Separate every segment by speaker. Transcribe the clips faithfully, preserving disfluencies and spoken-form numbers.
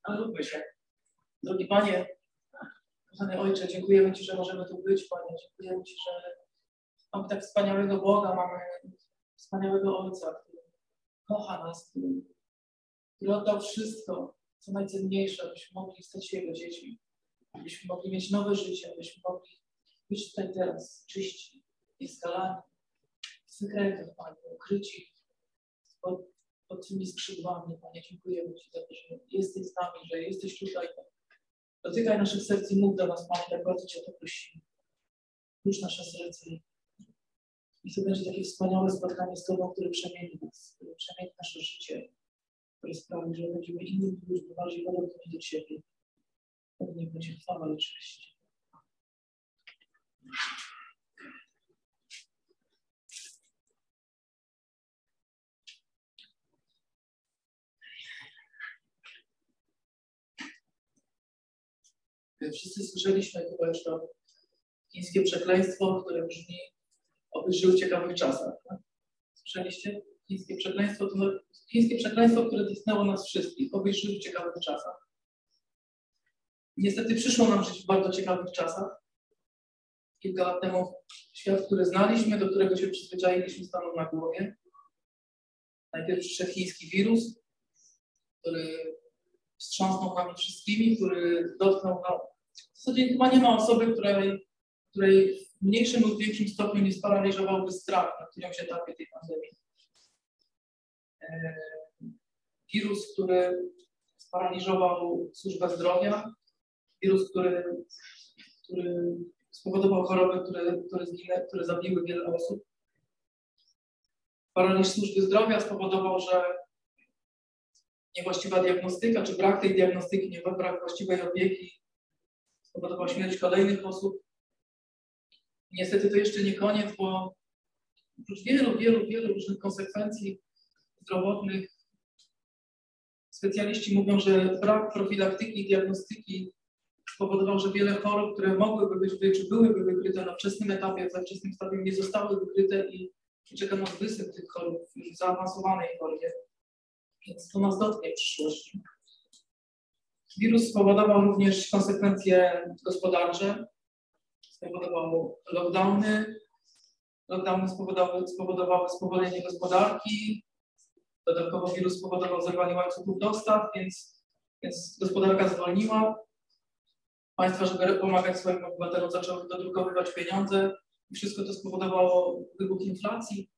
Speaker 1: Ale róbmy się. Drogi Panie, kochany Ojcze, dziękujemy Ci, że możemy tu być, Panie. Dziękujemy Ci, że mamy tak wspaniałego Boga, mamy wspaniałego Ojca, który kocha nas, który, który oddał wszystko, co najcenniejsze, abyśmy mogli stać się Jego dziećmi, abyśmy mogli mieć nowe życie, abyśmy mogli być tutaj teraz czyści, nieskalani, w Twych rękach, Panie, ukryci pod, pod Twymi skrzydłami, Panie. Dziękujemy Ci za to, że jesteś z nami, że jesteś tutaj. Dotykaj naszych serc i mów do nas, Panie, tak bardzo Cię o to prosimy. Puść nasze serce i to będzie takie wspaniałe spotkanie z Tobą, które przemieni nas, które przemieni nasze życie, które sprawi, że będziemy innymi ludźmi, bardziej podobnymi do Ciebie. To nie będzie chwała i cześć. Wszyscy słyszeliśmy chyba już to chińskie przekleństwo, które brzmi: obyś żył w ciekawych czasach. Tak? Słyszeliście? Chińskie przekleństwo to chińskie przekleństwo, które dotknęło nas wszystkich. Obyś żył w ciekawych czasach. Niestety przyszło nam żyć w bardzo ciekawych czasach. Kilka lat temu świat, który znaliśmy, do którego się przyzwyczailiśmy, stanął na głowie. Najpierw przyszedł chiński wirus, który wstrząsnął nami wszystkimi, który dotknął nam. W zasadzie chyba nie ma osoby, której, której w mniejszym lub większym stopniu nie sparaliżowałby strach, na którym się etapie tej pandemii. E, wirus, który sparaliżował służbę zdrowia, wirus, który, który spowodował choroby, które, które, zginę, które zabiły wiele osób. Paraliż służby zdrowia spowodował, że niewłaściwa diagnostyka, czy brak tej diagnostyki, nie brak właściwej opieki spowodował śmierć kolejnych osób. Niestety to jeszcze nie koniec, bo oprócz wielu, wielu, wielu różnych konsekwencji zdrowotnych specjaliści mówią, że brak profilaktyki i diagnostyki spowodował, że wiele chorób, które mogłyby być, czy byłyby wykryte na wczesnym etapie, we wczesnym stadium, nie zostały wykryte i czeka nas wysyp tych chorób już w zaawansowanej formie. Więc to nas dotknie w przyszłości. Wirus spowodował również konsekwencje gospodarcze, spowodował lockdowny, lockdowny spowodowały, spowodowały spowolnienie gospodarki, dodatkowo wirus spowodował zerwanie łańcuchów dostaw, więc, więc gospodarka zwolniła. Państwa, żeby pomagać swoim obywatelom, zaczęły dodrukowywać pieniądze i wszystko to spowodowało wybuch inflacji.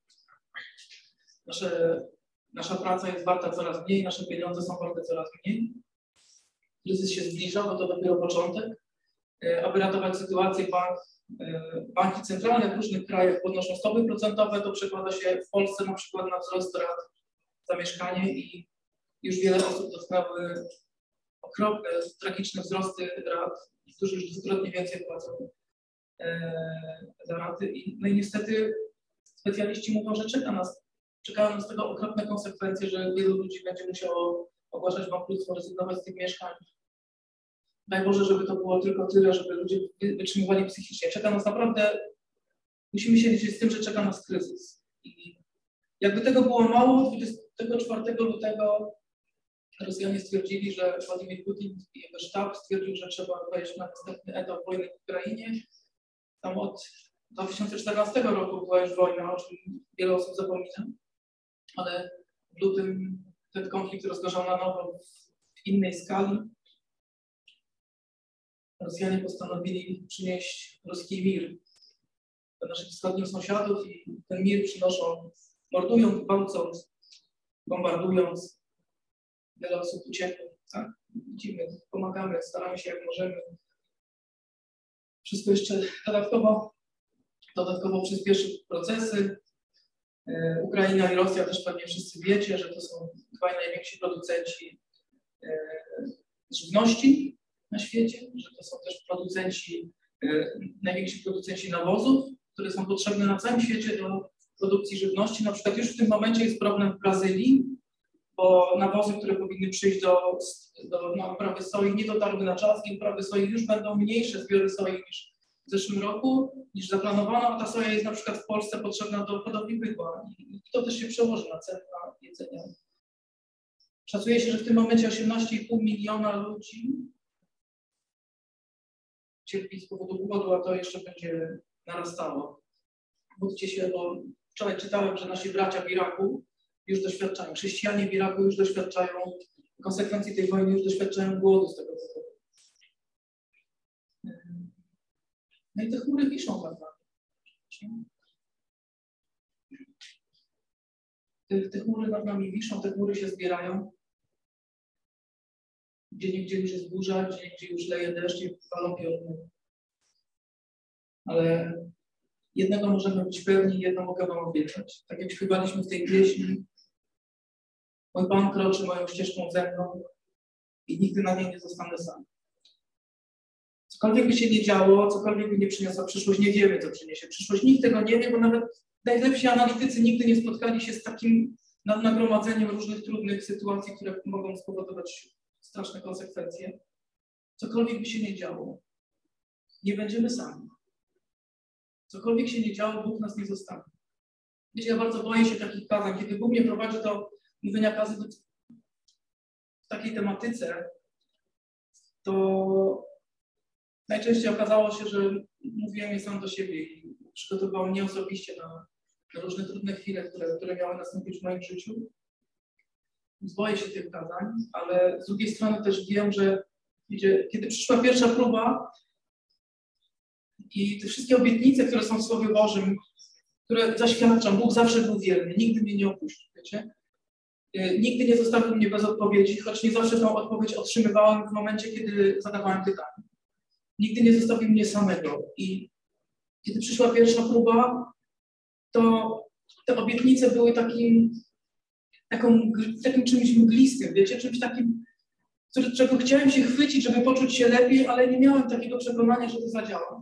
Speaker 1: Nasze Nasza praca jest warta coraz mniej, nasze pieniądze są warte coraz mniej. Kryzys się zbliża, bo to dopiero początek. Aby ratować sytuację, bank, banki centralne w różnych krajach podnoszą stopy procentowe. To przekłada się w Polsce na przykład na wzrost rat za mieszkanie i już wiele osób dotknęły okropne, tragiczne wzrosty rat, którzy już dwukrotnie więcej płacą za raty. I, no i niestety specjaliści mówią, że czeka nas Czekają nas z tego okropne konsekwencje, że wielu ludzi będzie musiało ogłaszać bankructwo, rezygnować z tych mieszkań. Daj Boże, żeby to było tylko tyle, żeby ludzie wytrzymywali psychicznie. Czeka nas naprawdę, musimy się liczyć z tym, że czeka nas kryzys. I jakby tego było mało, dwudziestego czwartego lutego Rosjanie stwierdzili, że Władimir Putin i jego sztab stwierdził, że trzeba wejść na następny etap wojny w Ukrainie. Tam od dwa tysiące czternastego roku była już wojna, o czym wiele osób zapomina, ale w lutym ten konflikt rozgorzał na nowo w innej skali. Rosjanie postanowili przynieść ruski mir do naszych wschodnich sąsiadów i ten mir przynoszą, mordując, gwałcąc, bombardując. Wiele osób uciekło. Tak? Widzimy, pomagamy, staramy się jak możemy. Wszystko jeszcze dodatkowo Dodatkowo przyspieszy procesy. Ukraina i Rosja też pewnie wszyscy wiecie, że to są dwaj najwięksi producenci żywności na świecie, że to są też producenci, najwięksi producenci nawozów, które są potrzebne na całym świecie do produkcji żywności. Na przykład już w tym momencie jest problem w Brazylii, bo nawozy, które powinny przyjść do, do na uprawy soi, nie dotarły na czas i uprawy soi już będą mniejsze zbiory soi niż w zeszłym roku, niż zaplanowano, a ta soja jest na przykład w Polsce potrzebna do hodowli bydła i to też się przełoży na cenę jedzenia. Szacuje się, że w tym momencie osiemnaście i pół miliona ludzi cierpi z powodu głodu, a to jeszcze będzie narastało. Módlcie się, bo wczoraj czytałem, że nasi bracia w Iraku już doświadczają, chrześcijanie w Iraku już doświadczają konsekwencji tej wojny, już doświadczają głodu z tego powodu. No i te chmury wiszą nad nami. Te, te chmury nad nami wiszą, te chmury się zbierają. Gdzie niegdzie już jest burza, gdzie niegdzie już leje deszcz i falą piorny. Ale jednego możemy być pewni, jedno mogę wam obiecać. Tak jak śpiewaliśmy w tej pieśni, mój Pan kroczy moją ścieżką ze mną i nigdy na niej nie zostanę sam. Cokolwiek by się nie działo, cokolwiek by nie przyniosła przyszłość, nie wiemy, co przyniesie przyszłość. Nikt tego nie wie, bo nawet najlepsi analitycy nigdy nie spotkali się z takim nagromadzeniem różnych trudnych sytuacji, które mogą spowodować straszne konsekwencje. Cokolwiek by się nie działo, nie będziemy sami. Cokolwiek się nie działo, Bóg nas nie zostawi. Wiecie, ja bardzo boję się takich kazań. Kiedy Bóg mnie prowadzi do mówienia kazy w takiej tematyce, to najczęściej okazało się, że mówiłem je sam do siebie i przygotował mnie osobiście na, na różne trudne chwile, które, które miały nastąpić w moim życiu. Boję się tych kazań, ale z drugiej strony też wiem, że wiecie, kiedy przyszła pierwsza próba i te wszystkie obietnice, które są w Słowie Bożym, które zaświadczam, Bóg zawsze był wierny, nigdy mnie nie opuścił, wiecie? Nigdy nie zostawił mnie bez odpowiedzi, choć nie zawsze tą odpowiedź otrzymywałem w momencie, kiedy zadawałem pytanie. Nigdy nie zostawił mnie samego. I kiedy przyszła pierwsza próba, to te obietnice były takim, taką, takim czymś mglistym, wiecie, czymś takim, który, czego chciałem się chwycić, żeby poczuć się lepiej, ale nie miałem takiego przekonania, że to zadziała.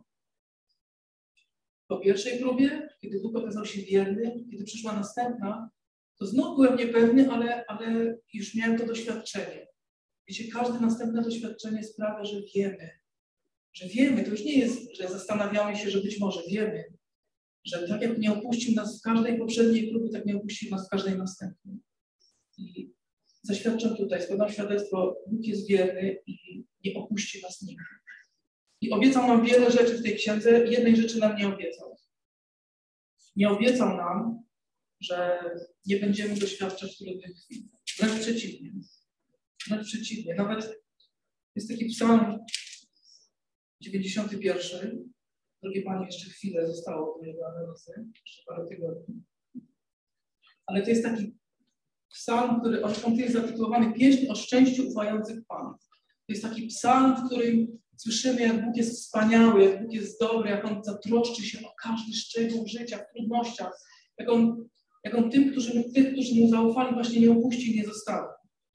Speaker 1: Po pierwszej próbie, kiedy Bóg okazał się wierny, kiedy przyszła następna, to znów byłem niepewny, ale, ale już miałem to doświadczenie. Wiecie, każde następne doświadczenie sprawia, że wiemy, że wiemy, to już nie jest, że zastanawiamy się, że być może wiemy, że tak jak nie opuścił nas w każdej poprzedniej próbie, tak nie opuścił nas w każdej następnej. I zaświadczam tutaj, składam świadectwo, Bóg jest wierny i nie opuści nas nigdy. I obiecał nam wiele rzeczy w tej księdze, jednej rzeczy nam nie obiecał. Nie obiecał nam, że nie będziemy doświadczać trudnych chwil. Wręcz przeciwnie. Wręcz przeciwnie. Nawet jest taki psalm dziewięćdziesiąty pierwszy. Drogie Panie, jeszcze chwilę zostało do jego analizy, jeszcze parę tygodni. Ale to jest taki psalm, który on, on jest zatytułowany Pieśń o szczęściu ufających Panu. To jest taki psalm, w którym słyszymy, jak Bóg jest wspaniały, jak Bóg jest dobry, jak On zatroszczy się o każdy szczegół życia, w trudnościach, jak On, jak on tym, którzy, tych, którzy Mu zaufali, właśnie nie opuści i nie zostawi.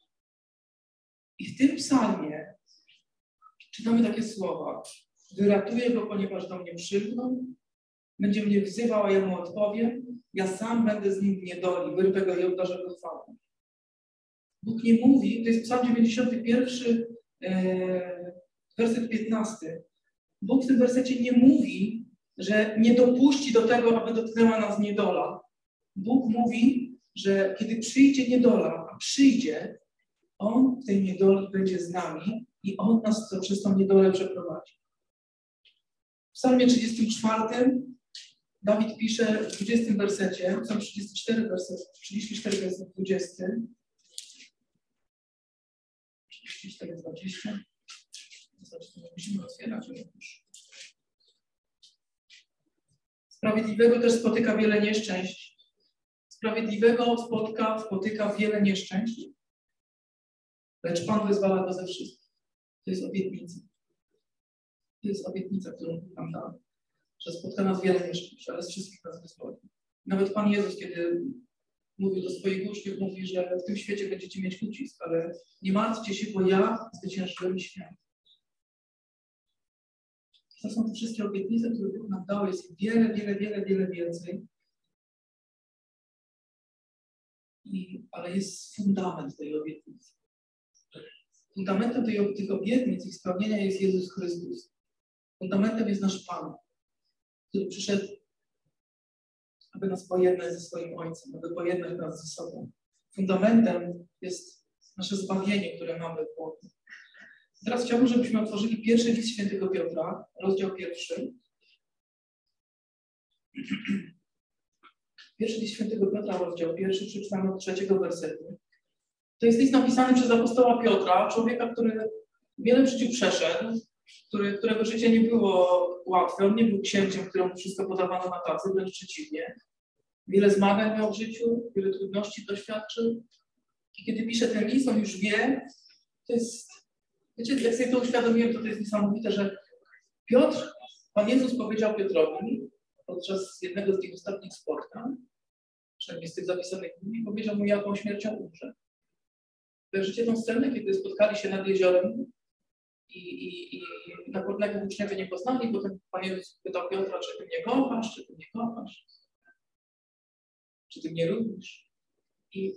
Speaker 1: I w tym psalmie czytamy takie słowa. Wyratuję go, ponieważ do mnie przylgnął, będzie mnie wzywał, a ja mu odpowiem. Ja sam będę z nim w niedoli, wyrwę go i obdarzę go chwałą. Bóg nie mówi, to jest psalm dziewięćdziesiąty pierwszy, e, werset piętnasty. Bóg w tym wersecie nie mówi, że nie dopuści do tego, aby dotknęła nas niedola. Bóg mówi, że kiedy przyjdzie niedola, a przyjdzie, On w tej niedoli będzie z nami i On nas przez tą niedolę przeprowadzi. W psalmie trzydziestym czwartym Dawid pisze w dwudziestym wersecie, psalm trzydziesty czwarty werset, trzydzieści cztery werset dwudziesty. trzydzieści cztery dwadzieścia. Musimy otwierać już. Sprawiedliwego też spotyka wiele nieszczęść. Sprawiedliwego spotka, spotyka wiele nieszczęść, lecz Pan wyzwala go ze wszystkich. To jest obietnica. To jest obietnica, którą nam dał, że spotka nas wiele nieszczęść, ale z wszystkich nas wyzwoli. Nawet Pan Jezus, kiedy mówił do swoich uczniów, mówi, że w tym świecie będziecie mieć ucisk, ale nie martwcie się, bo ja zwyciężyłem świat. To są te wszystkie obietnice, które Bóg nam dał. Jest ich wiele, wiele, wiele, wiele więcej. I, ale jest fundament tej obietnicy. Fundamentem tej, tych obietnic, ich spełnienia jest Jezus Chrystus. Fundamentem jest nasz Pan, który przyszedł, aby nas pojednać ze swoim Ojcem, aby pojednać nas ze sobą. Fundamentem jest nasze zbawienie, które mamy w Bogu. Teraz chciałbym, żebyśmy otworzyli pierwszy list świętego Piotra, rozdział pierwszy. Pierwszy list świętego Piotra, rozdział pierwszy, przeczytamy od trzeciego wersetu. To jest list napisany przez apostoła Piotra, człowieka, który wiele w życiu przeszedł, który, którego życie nie było łatwe. On nie był księciem, któremu wszystko podawano na tacy, wręcz przeciwnie. Wiele zmagań miał w życiu, wiele trudności doświadczył. I kiedy pisze ten list, on już wie, to jest, wiecie, jak sobie to uświadomiłem, to to jest niesamowite, że Piotr, Pan Jezus powiedział Piotrowi podczas jednego z tych ostatnich spotkań, przynajmniej z tych zapisanych dni, powiedział mu, jaką śmiercią umrze. Kojarzycie tą scenę, kiedy spotkali się nad jeziorem i, i, i na początku uczniowie nie poznali, potem Pan Jezus pytał Piotra, czy ty mnie kochasz, czy ty mnie kochasz, czy ty mnie lubisz. I,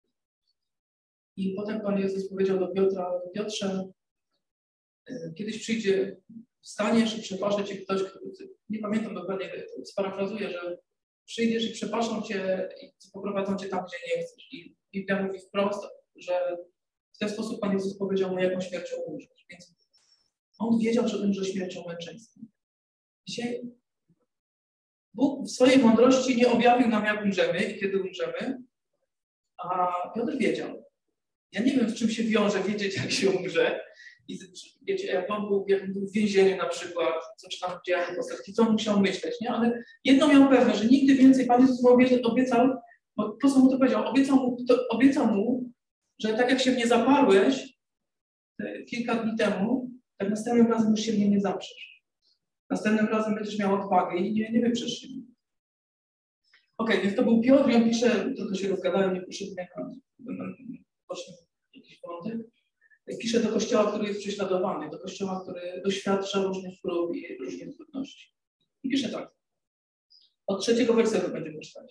Speaker 1: I potem Pan Jezus powiedział do Piotra, Piotrze, kiedyś przyjdzie, wstaniesz i przepasze cię ktoś, nie pamiętam dokładnie, sparafrazuję, że przyjdziesz i przepaszą cię i poprowadzą cię tam, gdzie nie chcesz. I Biblia mówi wprost, że w ten sposób Pan Jezus powiedział mu, jaką śmiercią umrzeć. Więc on wiedział, że umrze śmiercią męczeństwa. Dzisiaj Bóg w swojej mądrości nie objawił nam, jak umrzemy i kiedy umrzemy, a Piotr wiedział. Ja nie wiem, z czym się wiąże wiedzieć, jak się umrze. I wiecie, jak on był, jak był w więzieniu na przykład, co czytam w dziejach apostolskich, co on musiał myśleć, nie? Ale jedno miał pewne, że nigdy więcej Pan Jezus mu obiecał, bo po co mu to powiedział? Obiecał mu, to, obiecał mu, że tak jak się mnie zaparłeś kilka dni temu, tak następnym razem już się mnie nie zaprzesz. Następnym razem będziesz miał odwagę i nie, nie wyprzesz się. Okej, więc to był Piotr i on pisze, trochę się rozgadałem, nie proszę mnie właśnie jakiś wątek. Pisze do kościoła, który jest prześladowany, do kościoła, który doświadcza różnych prób i różnych trudności. I pisze tak. Od trzeciego wersetu będziemy czytać.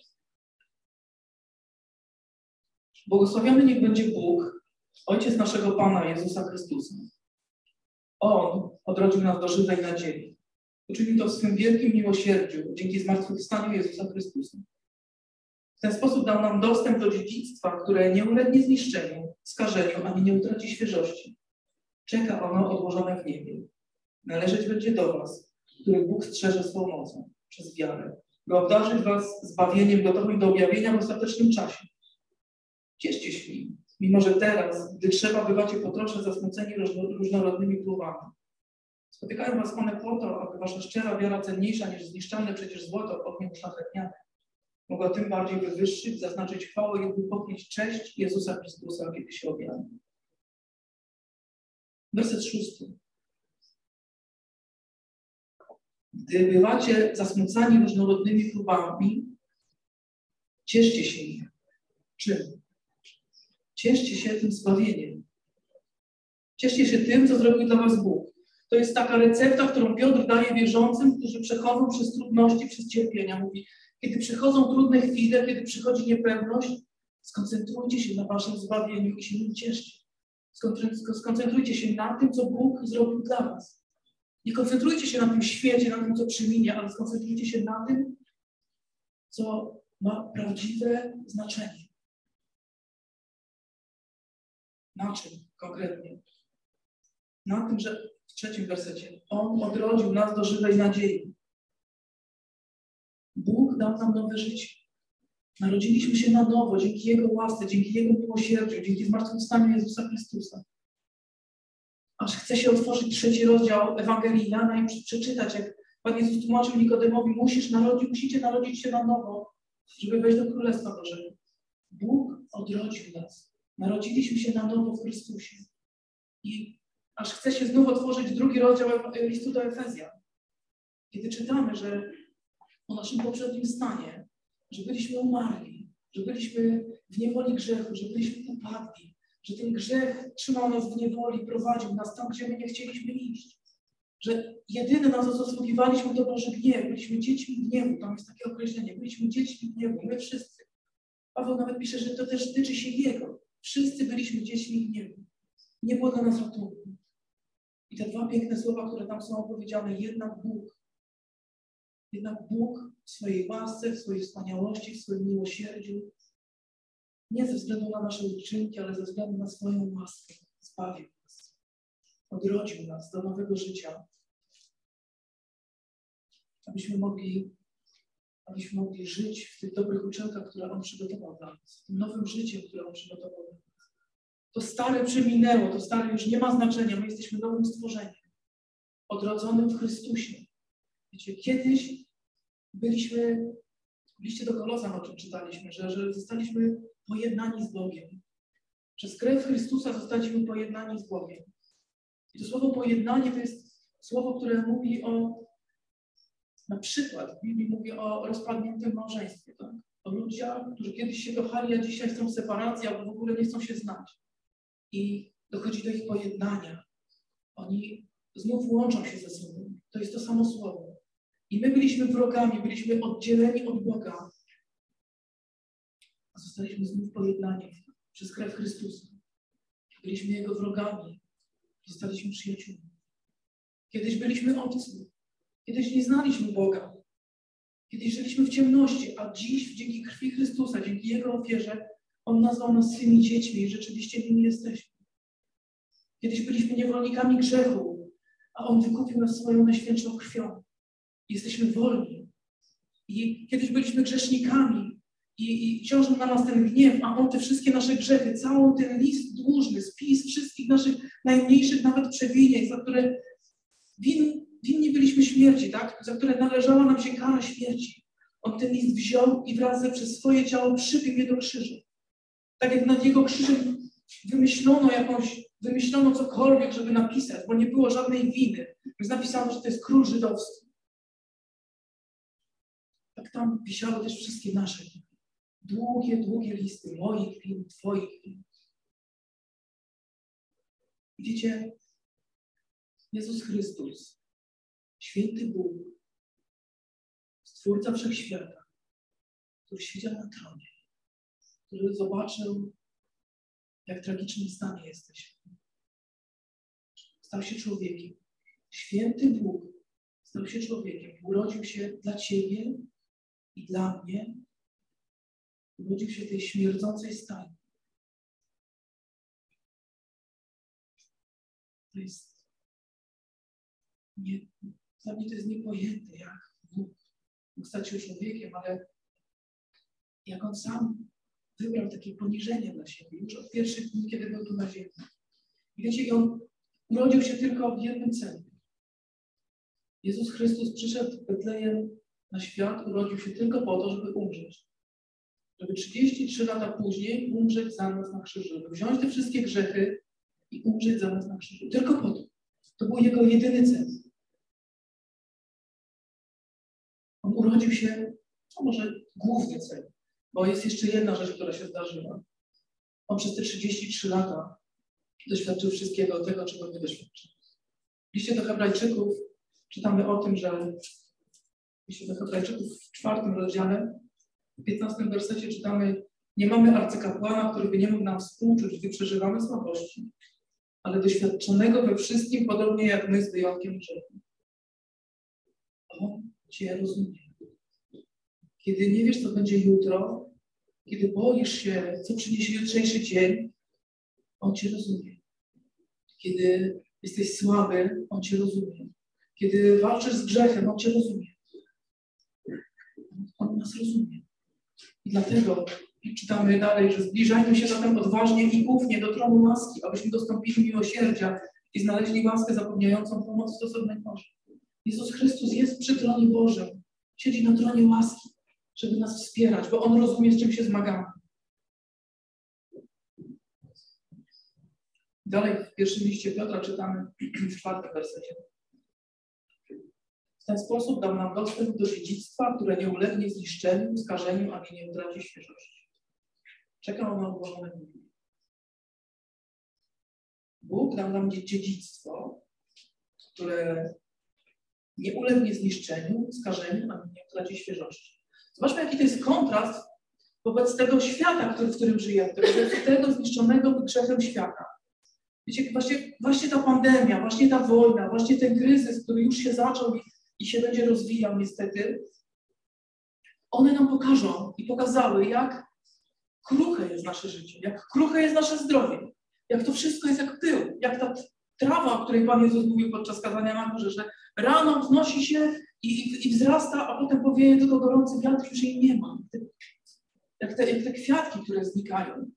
Speaker 1: Błogosławiony niech będzie Bóg, Ojciec naszego Pana Jezusa Chrystusa. On odrodził nas do żywej nadziei. Uczynił to w swym wielkim miłosierdziu, dzięki zmartwychwstaniu Jezusa Chrystusa. W ten sposób dał nam dostęp do dziedzictwa, które nie ulegnie zniszczeniu, skażeniu, ani nie utraci świeżości. Czeka ono odłożone w niebie. Należeć będzie do was, których Bóg strzeże swą mocą, przez wiarę, by obdarzyć was zbawieniem gotowym do objawienia w ostatecznym czasie. Cieszcie się nim, mimo że teraz, gdy trzeba, bywacie po trosze zasmuceni różnorodnymi próbami. Spotykają was one po to, aby wasza szczera wiara, cenniejsza niż zniszczalne przecież złoto, ogniem uszlachetniane, mogła tym bardziej wywyższyć, zaznaczyć chwałę i upokryć cześć Jezusa Chrystusa, kiedy się objawi. Werset szósty. Gdy bywacie zasmucani różnorodnymi próbami, cieszcie się ich. Czym? Cieszcie się tym zbawieniem. Cieszcie się tym, co zrobił dla was Bóg. To jest taka recepta, którą Piotr daje wierzącym, którzy przechodzą przez trudności, przez cierpienia. Mówi, kiedy przychodzą trudne chwile, kiedy przychodzi niepewność, skoncentrujcie się na waszym zbawieniu i się nim cieszcie. Skoncentrujcie się na tym, co Bóg zrobił dla was. Nie koncentrujcie się na tym świecie, na tym, co przyminie, ale skoncentrujcie się na tym, co ma prawdziwe znaczenie. Na czym konkretnie? Na tym, że w trzecim wersecie On odrodził nas do żywej nadziei. Bóg dał nam nowe życie. Narodziliśmy się na nowo dzięki Jego łasce, dzięki Jego miłosierdziu, dzięki zmartwychwstaniu Jezusa Chrystusa. Aż chce się otworzyć trzeci rozdział Ewangelii Jana i przeczytać, jak Pan Jezus tłumaczył Nikodemowi, musisz narodzić, musicie narodzić się na nowo, żeby wejść do Królestwa Bożego. Bóg odrodził nas. Narodziliśmy się na nowo w Chrystusie. I aż chce się znów otworzyć drugi rozdział listu do Efezjan. Kiedy czytamy, że o naszym poprzednim stanie, że byliśmy umarli, że byliśmy w niewoli grzechu, że byliśmy upadli, że ten grzech trzymał nas w niewoli, prowadził nas tam, gdzie my nie chcieliśmy iść. Że jedyne na co zasługiwaliśmy to Boży gniew, byliśmy dziećmi gniewu, tam jest takie określenie, byliśmy dziećmi gniewu, my wszyscy. Paweł nawet pisze, że to też tyczy się Jego. Wszyscy byliśmy dziećmi gniewu. Nie było dla nas ratunku. I te dwa piękne słowa, które tam są opowiedziane, jednak Bóg, jednak Bóg w swojej łasce, w swojej wspaniałości, w swoim miłosierdziu Nie ze względu na nasze uczynki, ale ze względu na swoją łaskę. Zbawił nas. Odrodził nas do nowego życia. Abyśmy mogli, abyśmy mogli żyć w tych dobrych uczynkach, które On przygotował dla nas. Tym nowym życiem, które On przygotował dla nas. To stare przeminęło, to stare już nie ma znaczenia. My jesteśmy nowym stworzeniem. Odrodzonym w Chrystusie. Wiecie, kiedyś byliśmy, w liście do Kolozan o czym czytaliśmy, że, że zostaliśmy pojednani z Bogiem. Przez krew Chrystusa zostaliśmy pojednani z Bogiem. I to słowo pojednanie to jest słowo, które mówi o, na przykład w Biblii mówi o rozpadniętym małżeństwie. Tak? O ludziach, którzy kiedyś się kochali, a dzisiaj chcą separacji, albo w ogóle nie chcą się znać. I dochodzi do ich pojednania. Oni znów łączą się ze sobą. To jest to samo słowo. I my byliśmy wrogami, byliśmy oddzieleni od Boga. A zostaliśmy znów pojednani przez krew Chrystusa. Byliśmy Jego wrogami. Zostaliśmy przyjaciółmi. Kiedyś byliśmy obcy. Kiedyś nie znaliśmy Boga. Kiedyś żyliśmy w ciemności, a dziś dzięki krwi Chrystusa, dzięki Jego ofierze, On nazwał nas swymi dziećmi i rzeczywiście nimi jesteśmy. Kiedyś byliśmy niewolnikami grzechu, a On wykupił nas swoją najświętszą krwią. Jesteśmy wolni. I kiedyś byliśmy grzesznikami i, i ciążył na nas ten gniew, a On te wszystkie nasze grzechy, cały ten list dłużny, spis wszystkich naszych najmniejszych nawet przewinień, za które win, winni byliśmy śmierci, tak? Za które należała nam się kara śmierci. On ten list wziął i wraz ze przez swoje ciało przybił je do krzyża. Tak jak nad Jego krzyżem wymyślono jakąś, wymyślono cokolwiek, żeby napisać, bo nie było żadnej winy. Więc napisano, że to jest król żydowski. Tak tam wisiały też wszystkie nasze winy. Długie, długie listy moich win, Twoich win. I wiecie, Jezus Chrystus, święty Bóg, Stwórca Wszechświata, który siedział na tronie, który zobaczył, jak tragicznym stanie jesteśmy. Stał się człowiekiem. Święty Bóg stał się człowiekiem. Urodził się dla Ciebie i dla mnie. Urodził się w tej śmierdzącej stajni. To jest nie, dla mnie to jest niepojęte, jak Bóg mógł stać się człowiekiem, ale jak On sam wybrał takie poniżenie dla siebie już od pierwszych dni, kiedy był tu na ziemi. I wiecie, i On urodził się tylko w jednym celu. Jezus Chrystus przyszedł w Betlejem na świat, urodził się tylko po to, żeby umrzeć. Żeby trzydzieści trzy lata później umrzeć za nas na krzyżu. Żeby wziąć te wszystkie grzechy i umrzeć za nas na krzyżu. Tylko po to. To był Jego jedyny cel. On urodził się, no może główny cel, bo jest jeszcze jedna rzecz, która się zdarzyła. On przez te trzydzieści trzy lata doświadczył wszystkiego tego, czego my doświadczymy. W liście do Hebrajczyków czytamy o tym, że w liście do Hebrajczyków w czwartym rozdziale, w piętnastym wersecie czytamy: nie mamy arcykapłana, który by nie mógł nam współczuć, gdy przeżywamy słabości, ale doświadczonego we wszystkim, podobnie jak my, z wyjątkiem grzechu. On Cię rozumie. Kiedy nie wiesz, co będzie jutro, kiedy boisz się, co przyniesie jutrzejszy dzień, On Cię rozumie. Kiedy jesteś słaby, On Cię rozumie. Kiedy walczysz z grzechem, On Cię rozumie. On nas rozumie. I dlatego czytamy dalej, że zbliżajmy się zatem odważnie i ufnie do tronu łaski, abyśmy dostąpili miłosierdzia i znaleźli łaskę zapewniającą pomoc w stosownej porze. Jezus Chrystus jest przy tronie Bożym. Siedzi na tronie łaski, żeby nas wspierać, bo On rozumie, z czym się zmagamy. Dalej w pierwszym liście Piotra czytamy w czwartym wersecie. W ten sposób dał nam dostęp do dziedzictwa, które nie ulegnie zniszczeniu, skażeniu, ani nie utraci świeżości. Czeka ono na odłożone w Biblii. Bóg dał nam dziedzictwo, które nie ulegnie zniszczeniu, skażeniu, ani nie utraci świeżości. Zobaczmy, jaki to jest kontrast wobec tego świata, który, w którym żyjemy, wobec tego zniszczonego grzechem świata. Wiecie, właśnie, właśnie ta pandemia, właśnie ta wojna, właśnie ten kryzys, który już się zaczął i, i się będzie rozwijał niestety, one nam pokażą i pokazały, jak kruche jest nasze życie, jak kruche jest nasze zdrowie, jak to wszystko jest jak pył, jak ta trawa, o której Pan Jezus mówił podczas kazania na górze, że rano wznosi się i, i, i wzrasta, a potem powieje tylko gorący wiatr, już jej nie ma. Jak te, jak te kwiatki, które znikają.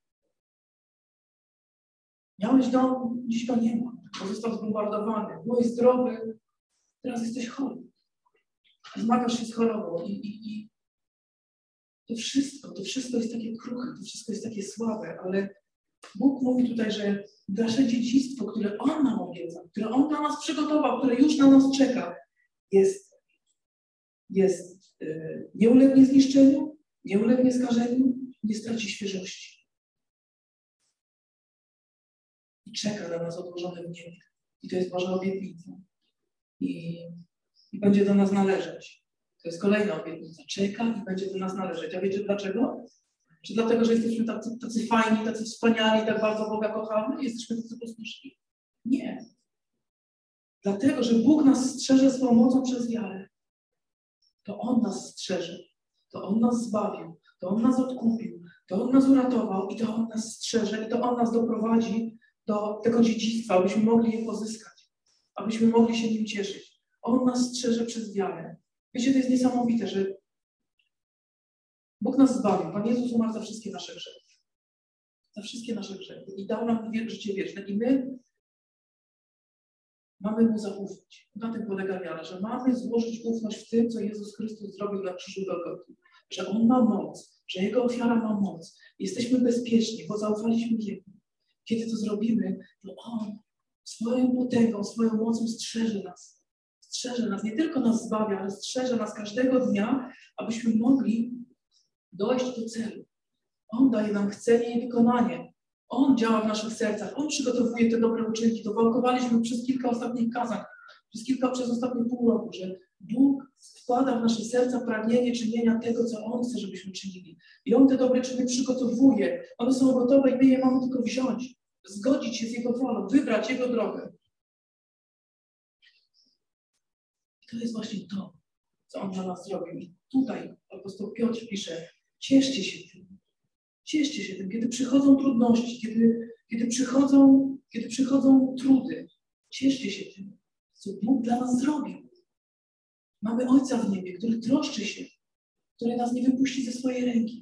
Speaker 1: Miałeś dom, dziś go nie ma, bo został zbombardowany. Byłeś zdrowy, teraz jesteś chory. Zmagasz się z chorobą i, i, i to wszystko, to wszystko jest takie kruche, to wszystko jest takie słabe, ale Bóg mówi tutaj, że nasze dziedzictwo, które On nam obiecał, które On dla nas przygotował, które już na nas czeka, jest, jest yy, nie ulegnie zniszczeniu, nie ulegnie skażeniu, nie straci świeżości. I czeka na nas odłożone w niebie. I to jest Boża obietnica. I, i będzie do nas należeć. To jest kolejna obietnica. Czeka i będzie do nas należeć. A wiecie dlaczego? Czy dlatego, że jesteśmy tacy, tacy fajni, tacy wspaniali, tak bardzo Boga kochamy? Jesteśmy tacy posłuszni? Nie. Dlatego, że Bóg nas strzeże swoją mocą przez wiarę. To On nas strzeże. To On nas zbawił. To On nas odkupił. To On nas uratował i to On nas strzeże i to On nas doprowadzi do tego dziedzictwa, abyśmy mogli je pozyskać. Abyśmy mogli się nim cieszyć. On nas strzeże przez wiarę. Wiecie, to jest niesamowite, że Bóg nas zbawił. Pan Jezus umarł za wszystkie nasze grzechy. Za wszystkie nasze grzechy. I dał nam życie wieczne. I my mamy Mu zaufać. Na tym polega wiara, że mamy złożyć ufność w tym, co Jezus Chrystus zrobił na krzyżu Golgoty. Że On ma moc, że Jego ofiara ma moc. Jesteśmy bezpieczni, bo zaufaliśmy Jemu. Kiedy to zrobimy, to On swoją potęgą, swoją mocą strzeże nas. Strzeże nas, nie tylko nas zbawia, ale strzeże nas każdego dnia, abyśmy mogli dojść do celu. On daje nam chcenie i wykonanie. On działa w naszych sercach. On przygotowuje te dobre uczynki. To walkowaliśmy przez kilka ostatnich kazań, przez kilka, przez ostatnie pół roku, że Bóg wkłada w nasze serca pragnienie czynienia tego, co On chce, żebyśmy czynili. I On te dobre czyny przygotowuje. One są gotowe i my je mamy tylko wziąć, zgodzić się z Jego wolą, wybrać Jego drogę. I to jest właśnie to, co On dla nas zrobił. I tutaj apostoł Piotr pisze, cieszcie się tym. Cieszcie się tym, kiedy przychodzą trudności, kiedy, kiedy, przychodzą, kiedy przychodzą trudy. Cieszcie się tym, co Bóg dla nas zrobił. Mamy Ojca w niebie, który troszczy się, który nas nie wypuści ze swojej ręki.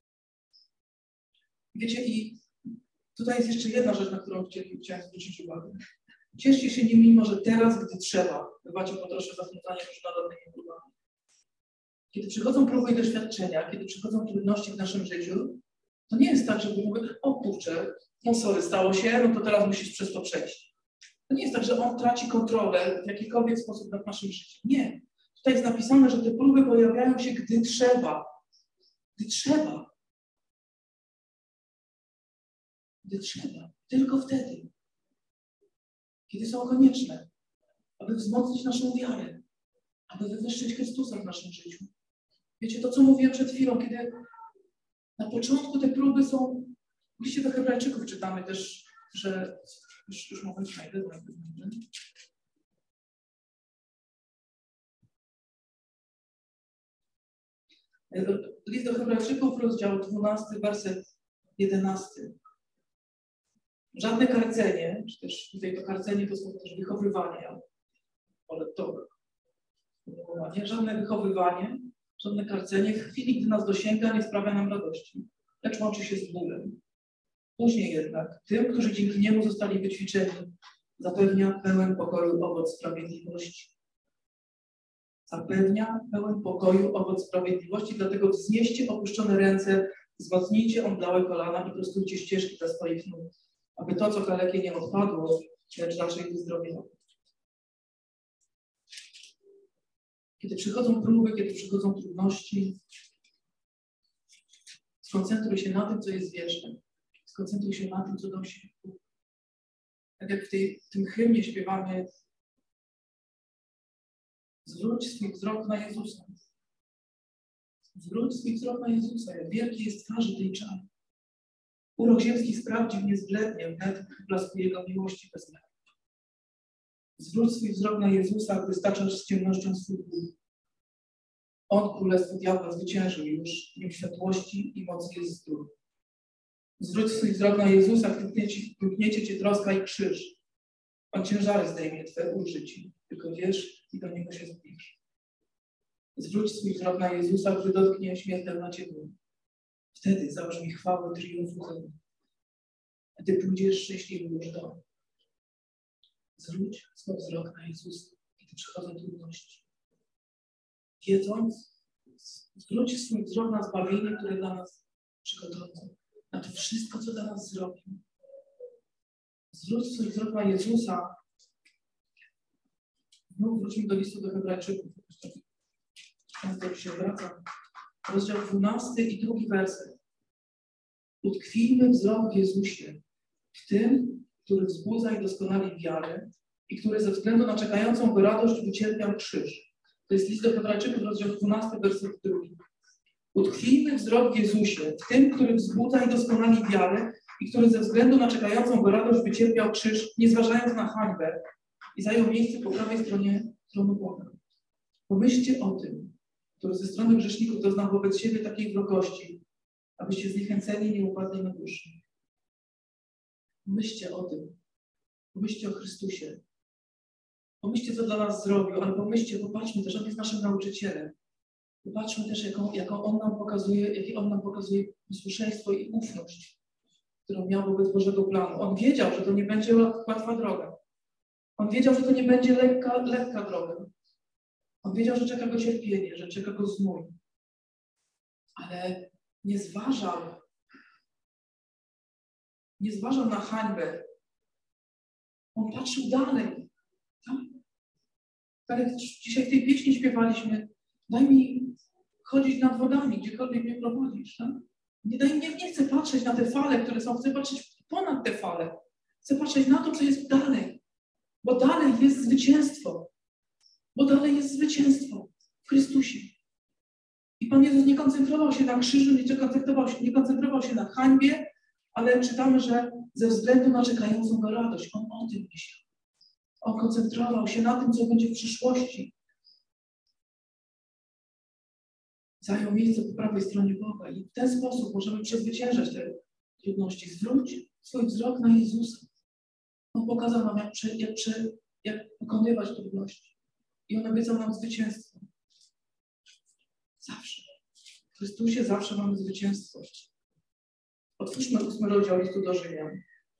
Speaker 1: Wiecie, i tutaj jest jeszcze jedna rzecz, na którą chciałem zwrócić uwagę. Cieszcie się nim, mimo że teraz, gdy trzeba, bywacie po trosze zasmucanie różnorodnymi próbami. Kiedy przychodzą próby i doświadczenia, kiedy przychodzą trudności w naszym życiu, to nie jest tak, że mówimy, o kurczę, no sorry, stało się, no to teraz musisz przez to przejść. To nie jest tak, że On traci kontrolę w jakikolwiek sposób nad naszym życiem. Nie. Tutaj jest napisane, że te próby pojawiają się, gdy trzeba. Gdy trzeba. Gdy trzeba. Tylko wtedy. Kiedy są konieczne. Aby wzmocnić naszą wiarę. Aby wywyższyć Chrystusa w naszym życiu. Wiecie, to co mówiłem przed chwilą, kiedy na początku te próby są, w liście do Hebrajczyków czytamy też, że już, już moment znajdę, znajdę, znajdę. List do Hebrajczyków, rozdział dwunasty, werset jedenasty. Żadne karcenie, czy też tutaj to karcenie to są też wychowywanie, ale to żadne wychowywanie, żadne karcenie w chwili, gdy nas dosięga, nie sprawia nam radości, lecz łączy się z bólem. Później jednak tym, którzy dzięki niemu zostali wyćwiczeni, zapewnia pełen pokoju owoc sprawiedliwości. Zapewnia pełen pokoju owoc sprawiedliwości, dlatego wznieście opuszczone ręce, wzmocnijcie omdlałe kolana i prostujcie ścieżki dla swoich nóg, aby to, co kalekie, nie odpadło, lecz raczej wyzdrowiało. Kiedy przychodzą próby, kiedy przychodzą trudności, skoncentruj się na tym, co jest wieczne. Skoncentruj się na tym, co dał się Bóg. Tak jak w, tej, w tym hymnie śpiewamy, zwróć swój wzrok na Jezusa. Zwróć swój wzrok na Jezusa, jak wielki jest twarzy tej czary. Urok ziemski sprawdził niezblednie, wnet blasku Jego miłości bezmiernej. Zwróć swój wzrok na Jezusa, gdy staczasz z ciemnością swój ból. On królestwo diabła zwyciężył już, w nim światłości i mocy jest zdrów. Zwróć swój wzrok na Jezusa, wykniecie cię troska i krzyż. On ciężary zdejmie twe, ulży ci, tylko wierz i do Niego się zbliż. Zwróć swój wzrok na Jezusa, gdy dotknie śmiertelna cię dłoń. Wtedy zabrzmi chwały triumfu zemi. Gdy pójdziesz szczęśliwy już do. Zwróć swój wzrok na Jezusa, kiedy przychodzą trudności. Wiedząc, zwróć swój wzrok na zbawienie, które dla nas przygotował. Na to wszystko, co dla nas zrobił. Zwróć swój wzrok na Jezusa. No, wróćmy do listu do Hebrajczyków. Często się wracam. Rozdział dwunasty i drugi werset. Utkwijmy wzrok w Jezusie, w tym, który wzbudza i doskonali wiarę i który ze względu na czekającą go radość wycierpiał krzyż. To jest list do Hebrajczyków, rozdział dwunasty, werset drugi. Utkwijmy wzrok w Jezusie, w tym, który wzbudza i doskonali wiarę i który ze względu na czekającą go radość wycierpiał krzyż, nie zważając na hańbę i zajął miejsce po prawej stronie tronu Boga. Pomyślcie o tym, który ze strony grzeszników doznał wobec siebie takiej wrogości, abyście zniechęceni nie upadli na duszę. Pomyślcie o tym. Pomyślcie o Chrystusie. Pomyślcie, co dla nas zrobił, ale pomyślcie, popatrzmy też, On jest naszym nauczycielem. Popatrzmy też, jaką, jaką On nam pokazuje, jakie On nam pokazuje posłuszeństwo i ufność, którą miał wobec Bożego planu. On wiedział, że to nie będzie łatwa droga. On wiedział, że to nie będzie lekka, lekka droga. On wiedział, że czeka go cierpienie, że czeka go znój. Ale nie zważał. Nie zważał na hańbę. On patrzył dalej. Tak? Tak jak dzisiaj w tej pieśni śpiewaliśmy, daj mi chodzić nad wodami, gdziekolwiek mnie prowadzisz. Tak? Nie, daj, nie, nie chcę patrzeć na te fale, które są. Chcę patrzeć ponad te fale. Chcę patrzeć na to, co jest dalej. Bo dalej jest zwycięstwo. Bo dalej jest zwycięstwo w Chrystusie. I Pan Jezus nie koncentrował się na krzyżu, nie koncentrował się, nie koncentrował się na hańbie, ale czytamy, że ze względu na czekającą go radość, On o tym myślał. On koncentrował się na tym, co będzie w przyszłości. Zajął miejsce po prawej stronie Boga i w ten sposób możemy przezwyciężać te trudności. Zwróć swój wzrok na Jezusa. On pokazał nam, jak, prze, jak, prze, jak pokonywać trudności. I On obiecał nam zwycięstwo. Zawsze. W Chrystusie zawsze mamy zwycięstwo. Otwórzmy ósmy rozdział listu do Rzymian.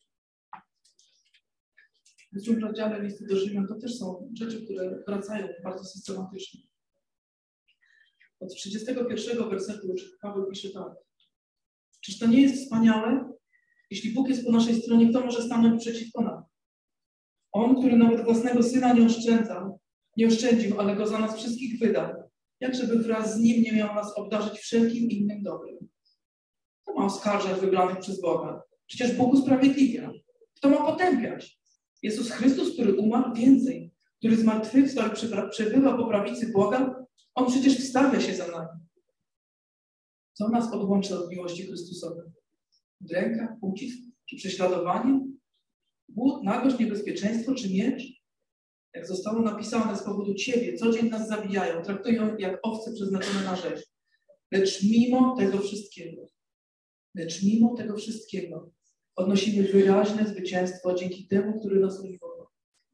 Speaker 1: W ósmym rozdziale listu do Rzymian to też są rzeczy, które wracają bardzo systematycznie. Od trzydziestego pierwszego wersetu Paweł pisze tak. Czyż to nie jest wspaniałe? Jeśli Bóg jest po naszej stronie, kto może stanąć przeciwko nam? On, który nawet własnego Syna nie oszczędzał, nie oszczędził, ale Go za nas wszystkich wydał. Jak żeby wraz z Nim nie miał nas obdarzyć wszelkim innym dobrem? Kto ma oskarżać wybranych przez Boga? Przecież Bóg usprawiedliwia. Kto ma potępiać? Jezus Chrystus, który umarł, więcej, który zmartwychwstał i przebywa po prawicy Boga, On przecież wstawia się za nami. Co nas odłączy od miłości Chrystusowej? Dręka, ucisk czy prześladowanie? Głód, nagość, niebezpieczeństwo czy miecz? Jak zostało napisane z powodu Ciebie, co dzień nas zabijają, traktują jak owce przeznaczone na rzeź. Lecz mimo tego wszystkiego, lecz mimo tego wszystkiego odnosimy wyraźne zwycięstwo dzięki temu, który nas umiłował.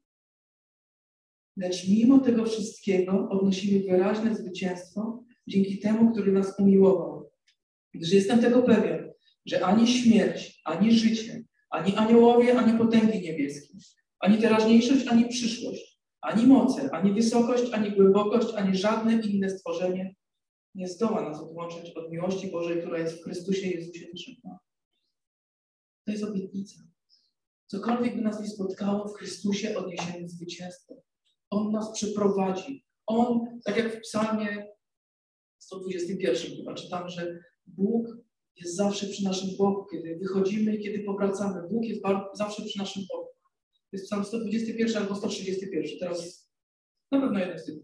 Speaker 1: Lecz mimo tego wszystkiego odnosimy wyraźne zwycięstwo dzięki temu, który nas umiłował. Gdyż jestem tego pewien, że ani śmierć, ani życie, ani aniołowie, ani potęgi niebieskie, ani teraźniejszość, ani przyszłość, ani moce, ani wysokość, ani głębokość, ani żadne inne stworzenie nie zdoła nas odłączyć od miłości Bożej, która jest w Chrystusie Jezusie naszym Panem. To jest obietnica. Cokolwiek by nas nie spotkało, w Chrystusie odniesiemy zwycięstwo. On nas przeprowadzi. On, tak jak w psalmie sto dwudziestym pierwszym chyba czytam, że Bóg jest zawsze przy naszym boku, kiedy wychodzimy i kiedy powracamy. Bóg jest zawsze przy naszym boku. To jest psalm sto dwudziesty pierwszy albo sto trzydziesty pierwszy. Teraz na pewno jeden z tych.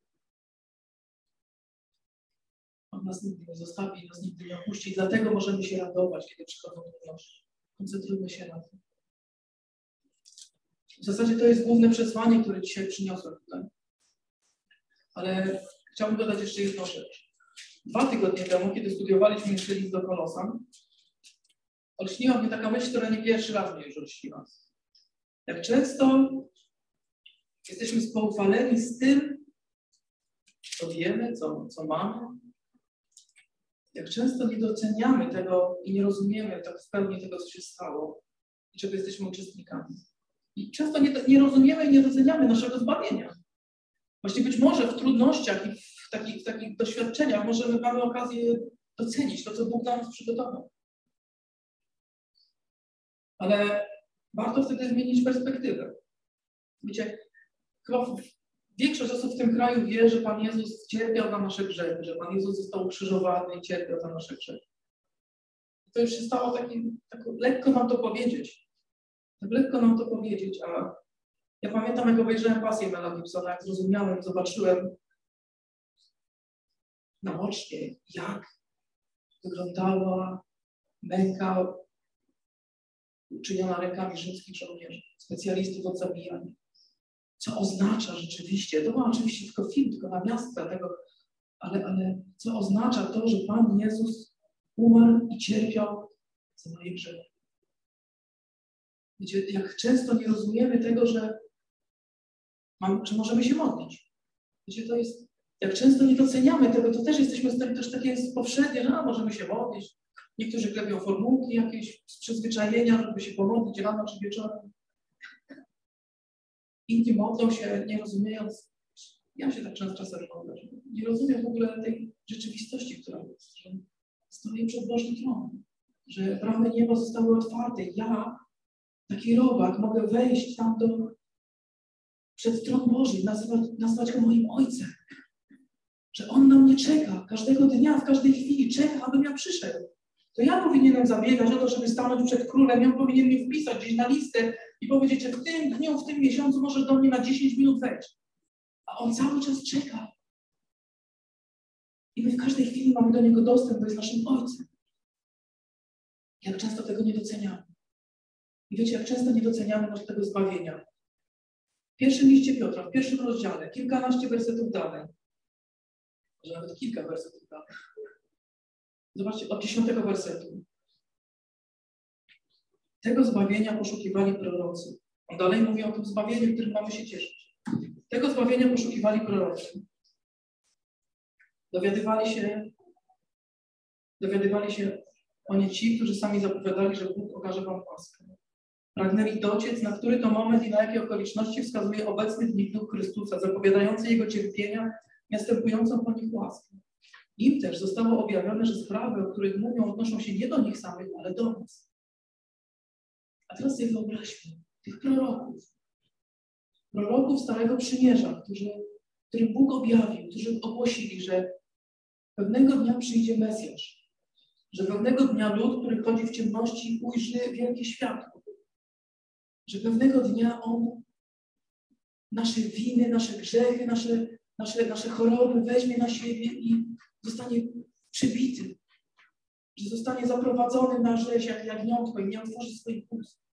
Speaker 1: On nas nigdy nie zostawi, nas nigdy nie opuści i dlatego możemy się radować, kiedy przychodzą trudności. Koncentrujmy się na tym. W zasadzie to jest główne przesłanie, które dzisiaj przyniosłem tutaj. Ale chciałbym dodać jeszcze jedną rzecz. Dwa tygodnie temu, kiedy studiowaliśmy jeszcze list do Kolosan, olśniła mnie taka myśl, która nie pierwszy raz mnie już olśniła. Jak często jesteśmy spoufaleni z tym, co wiemy, co, co mamy. Jak często nie doceniamy tego i nie rozumiemy tak w pełni tego, co się stało i czego jesteśmy uczestnikami. I często nie, nie rozumiemy i nie doceniamy naszego zbawienia. Właśnie być może w trudnościach i w takich, w takich doświadczeniach możemy mamy okazję docenić to, co Bóg dla nas przygotował. Ale warto wtedy zmienić perspektywę. Wiecie, chyba większość osób w tym kraju wie, że Pan Jezus cierpiał za nasze grzechy, że Pan Jezus został ukrzyżowany i cierpiał za nasze grzechy. To już się stało takim, tak lekko nam to powiedzieć. Tak lekko nam to powiedzieć, a ja pamiętam, jak obejrzałem Pasję Mela Gibsona, jak zrozumiałem, zobaczyłem naocznie, jak wyglądała męka uczyniona rękami rzymskich żołnierzy, specjalistów od zabijania. Co oznacza rzeczywiście, to był oczywiście tylko film, tylko namiastka tego, ale, ale co oznacza to, że Pan Jezus umarł i cierpiał za moje grzechy. Wiecie, jak często nie rozumiemy tego, że, mam, że możemy się modlić. Wiecie, to jest, jak często nie doceniamy tego, to też jesteśmy, to też takie jest powszednie, że a, możemy się modlić. Niektórzy klepią formułki jakieś z przyzwyczajenia, żeby się pomodlić rano czy wieczorem. Inni modlą się, nie rozumiejąc, ja się tak często czasem modlę, że nie rozumiem w ogóle tej rzeczywistości, która jest, że stoję przed Bożym tronem, że bramy nieba zostały otwarte. Ja, taki robak, mogę wejść tam do, przed tron Boży, nazywać, nazwać go moim Ojcem. Że On na mnie czeka każdego dnia, w każdej chwili czeka, abym ja przyszedł. To ja powinienem zabiegać o to, żeby stanąć przed królem, on powinien mnie wpisać gdzieś na listę i powiedzieć, że w tym dniu, w tym miesiącu możesz do mnie na dziesięć minut wejść. A on cały czas czeka. I my w każdej chwili mamy do niego dostęp, bo jest naszym Ojcem. Jak często tego nie doceniamy. I wiecie, jak często nie doceniamy może tego zbawienia. W pierwszym liście Piotra, w pierwszym rozdziale, kilkanaście wersetów dalej. Może nawet kilka wersetów dalej. Zobaczcie, od dziesiątego wersetu. Tego zbawienia poszukiwali prorocy. On dalej mówi o tym zbawieniu, którym mamy się cieszyć. Tego zbawienia poszukiwali prorocy. Dowiadywali się, dowiadywali się o nie ci, którzy sami zapowiadali, że Bóg okaże wam łaskę. Pragnęli dociec, na który to moment i na jakie okoliczności wskazuje obecny w nich Duch Chrystusa, zapowiadający Jego cierpienia, następującą po nich łaskę. Im też zostało objawione, że sprawy, o których mówią, odnoszą się nie do nich samych, ale do nas. A teraz sobie wyobraźmy tych proroków. Proroków Starego Przymierza, którzy, którym Bóg objawił, którzy ogłosili, że pewnego dnia przyjdzie Mesjasz. Że pewnego dnia lud, który chodzi w ciemności, ujrzy wielkie światło. Że pewnego dnia On nasze winy, nasze grzechy, nasze, nasze, nasze choroby weźmie na siebie i zostanie przybity. Że zostanie zaprowadzony na rzeź jak jagniątko i nie otworzy swoich ust.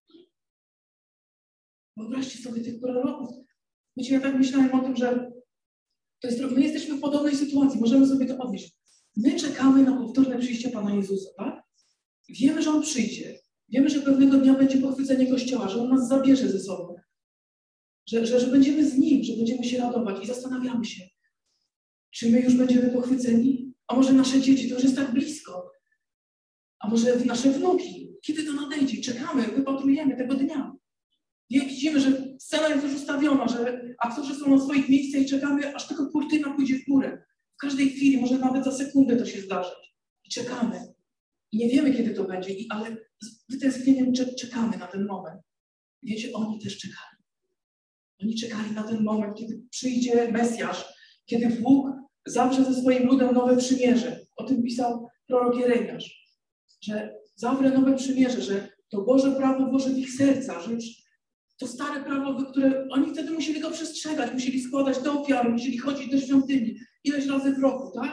Speaker 1: Wyobraźcie sobie tych proroków. Wiecie, ja tak myślałem o tym, że to jest, my jesteśmy w podobnej sytuacji. Możemy sobie to odnieść. My czekamy na powtórne przyjście Pana Jezusa, tak? Wiemy, że On przyjdzie. Wiemy, że pewnego dnia będzie pochwycenie Kościoła, że On nas zabierze ze sobą. Że, że, że będziemy z Nim, że będziemy się radować i zastanawiamy się, czy my już będziemy pochwyceni? A może nasze dzieci, to już jest tak blisko? A może nasze wnuki? Kiedy to nadejdzie? Czekamy, wypatrujemy tego dnia. I widzimy, że scena jest już ustawiona, że aktorzy są na swoich miejscach i czekamy, aż tylko kurtyna pójdzie w górę. W każdej chwili, może nawet za sekundę to się zdarzyć. I czekamy. I nie wiemy, kiedy to będzie, i, ale z wytęsknieniem czekamy na ten moment. Wiecie, oni też czekali. Oni czekali na ten moment, kiedy przyjdzie Mesjasz, kiedy Bóg zawrze ze swoim ludem nowe przymierze. O tym pisał prorok Jeremiasz, że zawrze nowe przymierze, że to Boże prawo włoży w ich serca, że już to stare prawo, które oni wtedy musieli go przestrzegać, musieli składać te ofiary, musieli chodzić do świątyni ileś razy w roku, tak?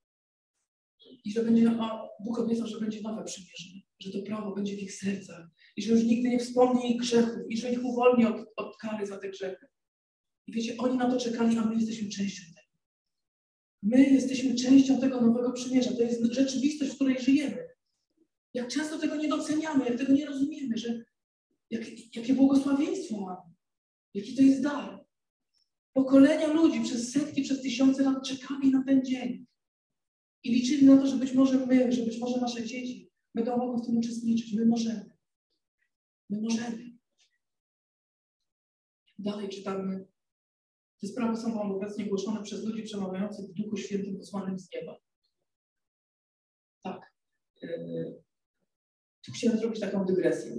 Speaker 1: I że będzie, a Bóg obiecał, że będzie nowe przymierze, że to prawo będzie w ich sercach i że już nigdy nie wspomni ich grzechów i że ich uwolni od, od kary za te grzechy. I wiecie, oni na to czekali, a my jesteśmy częścią tego. My jesteśmy częścią tego nowego przymierza. To jest rzeczywistość, w której żyjemy. Jak często tego nie doceniamy, jak tego nie rozumiemy, że jak, jakie błogosławieństwo mamy, jaki to jest dar. Pokolenia ludzi przez setki, przez tysiące lat czekali na ten dzień i liczyli na to, że być może my, że być może nasze dzieci będą mogły w tym uczestniczyć. My możemy. My możemy. Dalej czytamy. Te sprawy są wam obecnie głoszone przez ludzi przemawiających w Duchu Świętym posłanym z nieba. Tak. Yy, tu chciałem zrobić taką dygresję.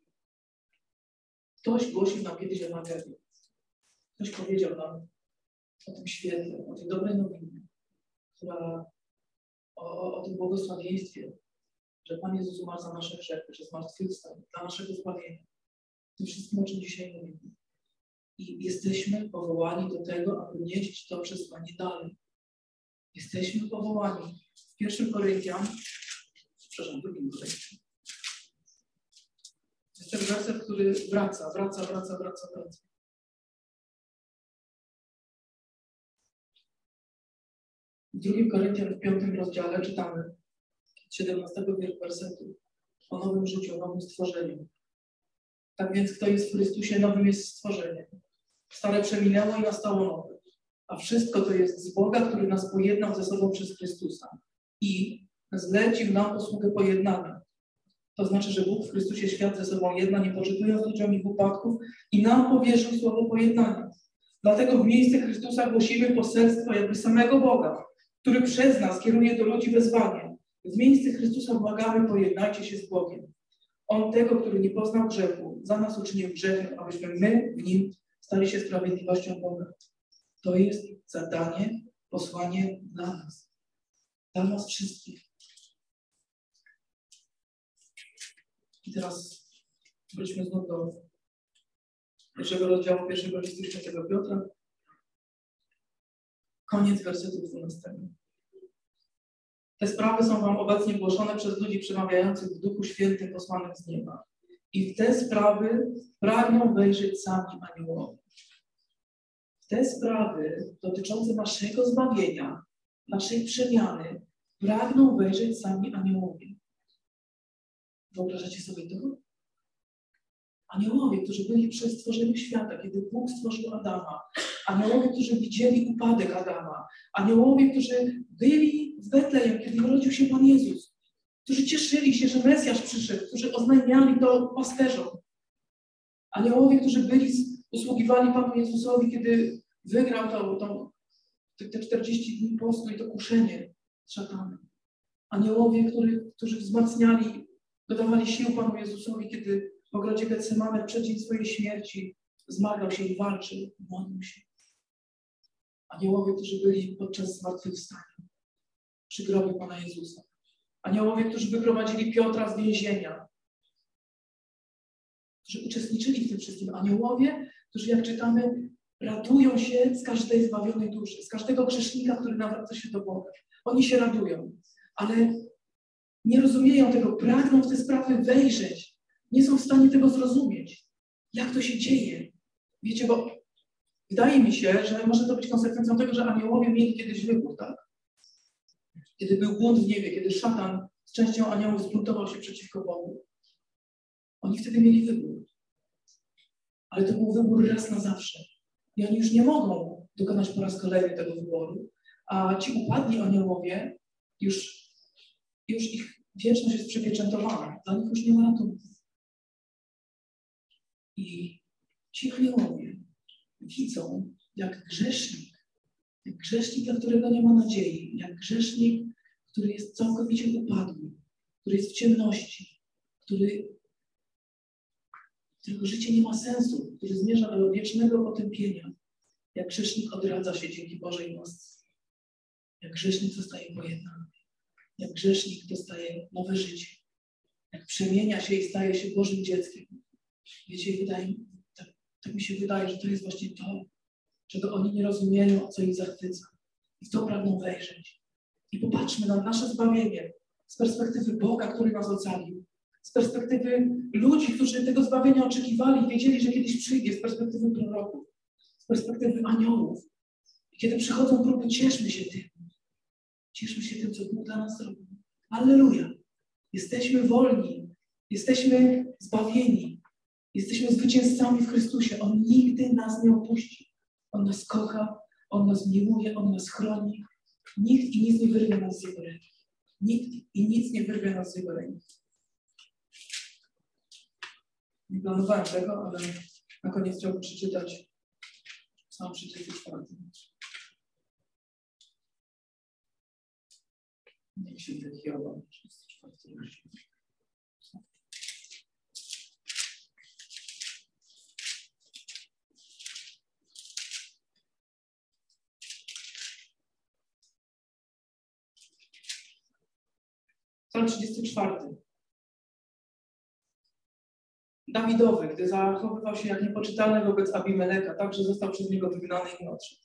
Speaker 1: Ktoś głosił nam kiedyś Ewangelię. Ktoś powiedział nam o tym świetle, o tej dobrej nowinie, która o, o tym błogosławieństwie, że Pan Jezus umarł za nasze grzechy, że zmartwychwstał dla naszego zbawienia. Tym wszystkim, o czym dzisiaj mówimy. I jesteśmy powołani do tego, aby nieść to przesłanie dalej. Jesteśmy powołani. W pierwszym Koryntian, przepraszam, drugim Koryntian. Jest ten werset, który wraca, wraca, wraca, wraca, wraca. W drugim Koryntian w piątym rozdziale czytamy od siedemnastego wersetu o nowym życiu, o nowym stworzeniu. Tak więc kto jest w Chrystusie, nowym jest stworzeniem. Stare przeminęło i nastało nowe. A wszystko to jest z Boga, który nas pojednał ze sobą przez Chrystusa i zlecił nam posługę pojednania. To znaczy, że Bóg w Chrystusie świat ze sobą jedna, nie poczytując ludziom ich upadków, i nam powierzył słowo pojednania. Dlatego w miejsce Chrystusa głosimy poselstwo jakby samego Boga, który przez nas kieruje do ludzi wezwanie. W miejsce Chrystusa błagamy, pojednajcie się z Bogiem. On tego, który nie poznał grzechu, za nas uczynił grzechem, abyśmy my w nim stali się sprawiedliwością Boga. To jest zadanie, posłanie dla nas. Dla nas wszystkich. I teraz wróćmy znów do pierwszego rozdziału pierwszego listu świętego Piotra. Koniec wersetu dwunastego. Te sprawy są wam obecnie głoszone przez ludzi przemawiających w Duchu Świętym posłanych z nieba. I w te sprawy pragną wejrzeć sami aniołowie. W te sprawy dotyczące naszego zbawienia, naszej przemiany, pragną wejrzeć sami aniołowie. Wyobrażacie sobie to? Aniołowie, którzy byli przy stworzeniu świata, kiedy Bóg stworzył Adama. Aniołowie, którzy widzieli upadek Adama. Aniołowie, którzy byli w Betlejem, kiedy urodził się Pan Jezus. Którzy cieszyli się, że Mesjasz przyszedł, którzy oznajmiali to pasterzom. Aniołowie, którzy byli, usługiwali Panu Jezusowi, kiedy wygrał to, to, te czterdzieści dni postu i to kuszenie z szatanem. Aniołowie, który, którzy wzmacniali, dodawali sił Panu Jezusowi, kiedy w ogrodzie Getsemane w przeddzień swojej śmierci zmagał się i walczył, modlił się. Aniołowie, którzy byli podczas zmartwychwstania przy grobie Pana Jezusa. Aniołowie, którzy wyprowadzili Piotra z więzienia. Którzy uczestniczyli w tym wszystkim. Aniołowie, którzy, jak czytamy, radują się z każdej zbawionej duszy, z każdego grzesznika, który nawraca się do Boga. Oni się radują, ale nie rozumieją tego, pragną w te sprawy wejrzeć. Nie są w stanie tego zrozumieć. Jak to się dzieje? Wiecie, bo wydaje mi się, że może to być konsekwencją tego, że aniołowie mieli kiedyś wybór, tak? Kiedy był bunt w niebie, kiedy szatan z częścią aniołów zbuntował się przeciwko Bogu. Oni wtedy mieli wybór. Ale to był wybór raz na zawsze. I oni już nie mogą dokonać po raz kolejny tego wyboru. A ci upadli aniołowie, już, już ich wieczność jest przypieczętowana. Dla nich już nie ma ratunku. I ci aniołowie widzą, jak grzesznik, jak grzesznik, dla którego nie ma nadziei, jak grzesznik, który jest całkowicie upadły, który jest w ciemności, który, którego życie nie ma sensu, który zmierza do wiecznego potępienia, jak grzesznik odradza się dzięki Bożej łasce, jak grzesznik zostaje pojednany, jak grzesznik dostaje nowe życie, jak przemienia się i staje się Bożym dzieckiem. Wiecie, wydaje, tak, tak mi się wydaje, że to jest właśnie to, czego oni nie rozumieją, co ich zachwyca. I w to pragną wejrzeć. I popatrzmy na nasze zbawienie z perspektywy Boga, który nas ocalił, z perspektywy ludzi, którzy tego zbawienia oczekiwali i wiedzieli, że kiedyś przyjdzie, z perspektywy proroków, z perspektywy aniołów. I kiedy przychodzą próby, cieszmy się tym. Cieszmy się tym, co Bóg dla nas zrobił. Alleluja! Jesteśmy wolni. Jesteśmy zbawieni. Jesteśmy zwycięzcami w Chrystusie. On nigdy nas nie opuści. On nas kocha, On nas miłuje, On nas chroni. Nikt i nic nie wyrwie nas z Jego ręki. Nikt i nic nie wyrwie nas z Jego ręki. Nie planowałem tego, ale na koniec chciałbym przeczytać Psalm trzydziesty czwarty. Niech się ten Hioba, trzydziesty czwarty rozdział. Psalm trzydziesty czwarty. Dawidowy, gdy zachowywał się jak niepoczytalny wobec Abimeleka, tak, że został przez niego wygnany i nie odszedł.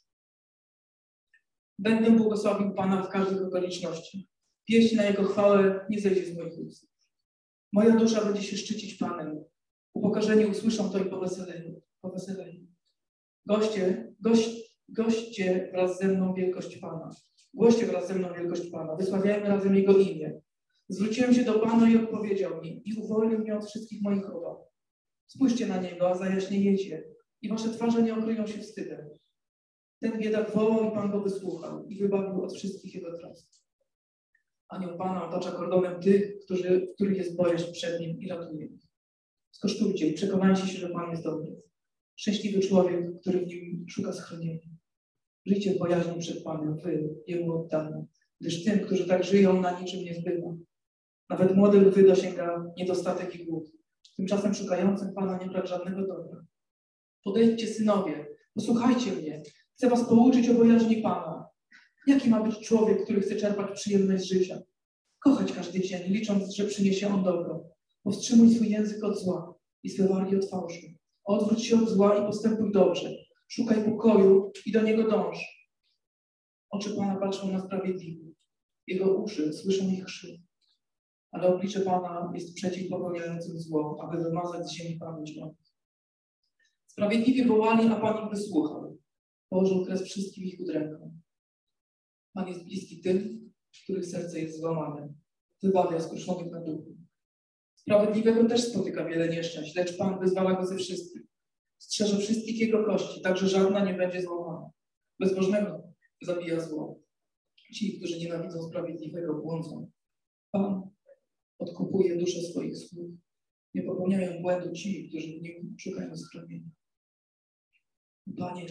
Speaker 1: Będę błogosławił Pana w każdych okoliczności. Pieśń na Jego chwałę nie zejdzie z moich ust. Moja dusza będzie się szczycić Panem. Upokorzeni usłyszą to i poweseleją. poweseleją. Goście, gość, goście wraz ze mną wielkość Pana. Głoście wraz ze mną wielkość Pana. Wysławiajmy razem Jego imię. Zwróciłem się do Pana i odpowiedział mi i uwolnił mnie od wszystkich moich obaw. Spójrzcie na Niego, a zajaśniejecie i wasze twarze nie okryją się wstydem. Ten biedak wołał i Pan go wysłuchał i wybawił od wszystkich jego trosk. Anioł Pana otacza kordonem tych, którzy, których jest bojaźń przed Nim i ratuje ich. Skosztujcie i przekonajcie się, że Pan jest dobry. Szczęśliwy człowiek, który w Nim szuka schronienia. Żyjcie w bojaźni przed Panem, wy, Jemu oddani, gdyż tym, którzy tak żyją, na niczym nie zbywa. Nawet młody lwy dosięga niedostatek i głód. Tymczasem szukającym Pana nie brak żadnego dobra. Podejdźcie, synowie, posłuchajcie mnie. Chcę was pouczyć o bojaźni Pana. Jaki ma być człowiek, który chce czerpać przyjemność z życia? Kochać każdy dzień, licząc, że przyniesie on dobro. Powstrzymuj swój język od zła i swe wargi od fałszu. Odwróć się od zła i postępuj dobrze. Szukaj pokoju i do niego dąż. Oczy Pana patrzą na sprawiedliwych. Jego uszy słyszą ich krzyk. Ale oblicze Pana jest przeciw popełniającym zło, aby wymazać z ziemi pamięć o nich. Sprawiedliwi wołali, a Pan ich wysłuchał. Położył kres wszystkim ich udrękom. Pan jest bliski tym, których serce jest złamane. Wybawia skruszonych na duchu. Sprawiedliwego też spotyka wiele nieszczęść, lecz Pan wyzwala go ze wszystkich. Strzeże wszystkich jego kości, tak że żadna nie będzie złamana. Bezbożnego zabija zło. Ci, którzy nienawidzą sprawiedliwego, błądzą. Pan odkupuje duszę swoich sług. Nie popełniają błędu ci, którzy w nim szukają schronienia. Panie,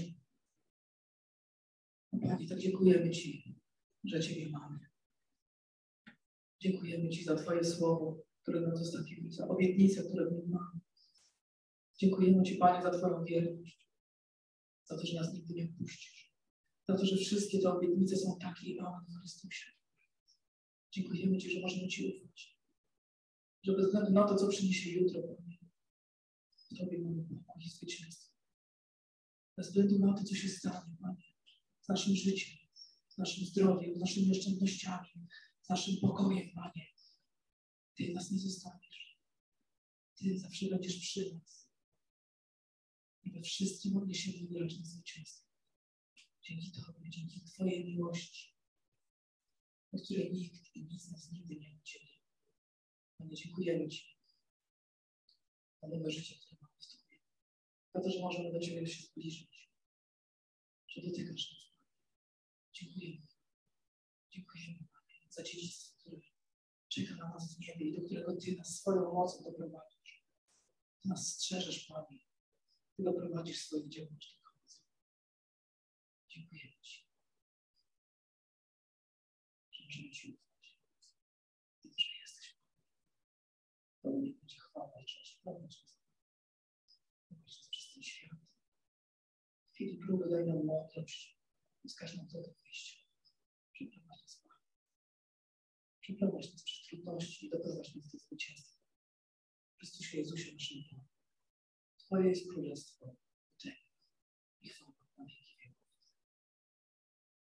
Speaker 1: Panie, tak dziękujemy Ci, że Ciebie mamy. Dziękujemy Ci za Twoje słowo, które nam zostawiłeś, za obietnice, które w nim mamy. Dziękujemy Ci, Panie, za Twoją wierność, za to, że nas nigdy nie opuścisz, za to, że wszystkie te obietnice są takie i amen w Chrystusie. Dziękujemy Ci, że możemy Ci ufać, że bez względu na to, co przyniesie jutro, Panie, w Tobie mamy pokój i zwycięstwo. Bez względu na to, co się stanie, Panie, z naszym życiem, z naszym zdrowiem, z naszymi oszczędnościami, z naszym pokojem, Panie. Ty nas nie zostawisz. Ty zawsze będziesz przy nas. I we wszystkim odniesiemy wyraźne zwycięstwo. Dzięki Tobie, dzięki Twojej miłości, od której nikt i nic nas nigdy nie ucieknie. Panie, dziękujemy Ci za nowe życie, które mamy w Tobie. Za to, że możemy do Ciebie się zbliżyć, że dotykasz nas. Dziękujemy. Dziękujemy, Panie, za dziedzictwo, które czeka na nas w niebie i do którego Ty nas swoją mocą doprowadzisz. Ty nas strzeżesz, Panie. Ty doprowadzisz swoje dzieło do końca. Dziękujemy Ci, że możemy Ci ufać. Ty, że jesteś Panem. Tobie niech będzie chwała i cześć. Prowadź nas. Prowadź nas przez ten świat. W chwili próby daj nam mądrość i wskaż nam drogę wyjścia. Przeprowadź nas, Panie. Przeprowadź nas przez trudności i doprowadź nas do zwycięstwa. W Chrystusie Jezusie naszym Panu. Twoje jest Królestwo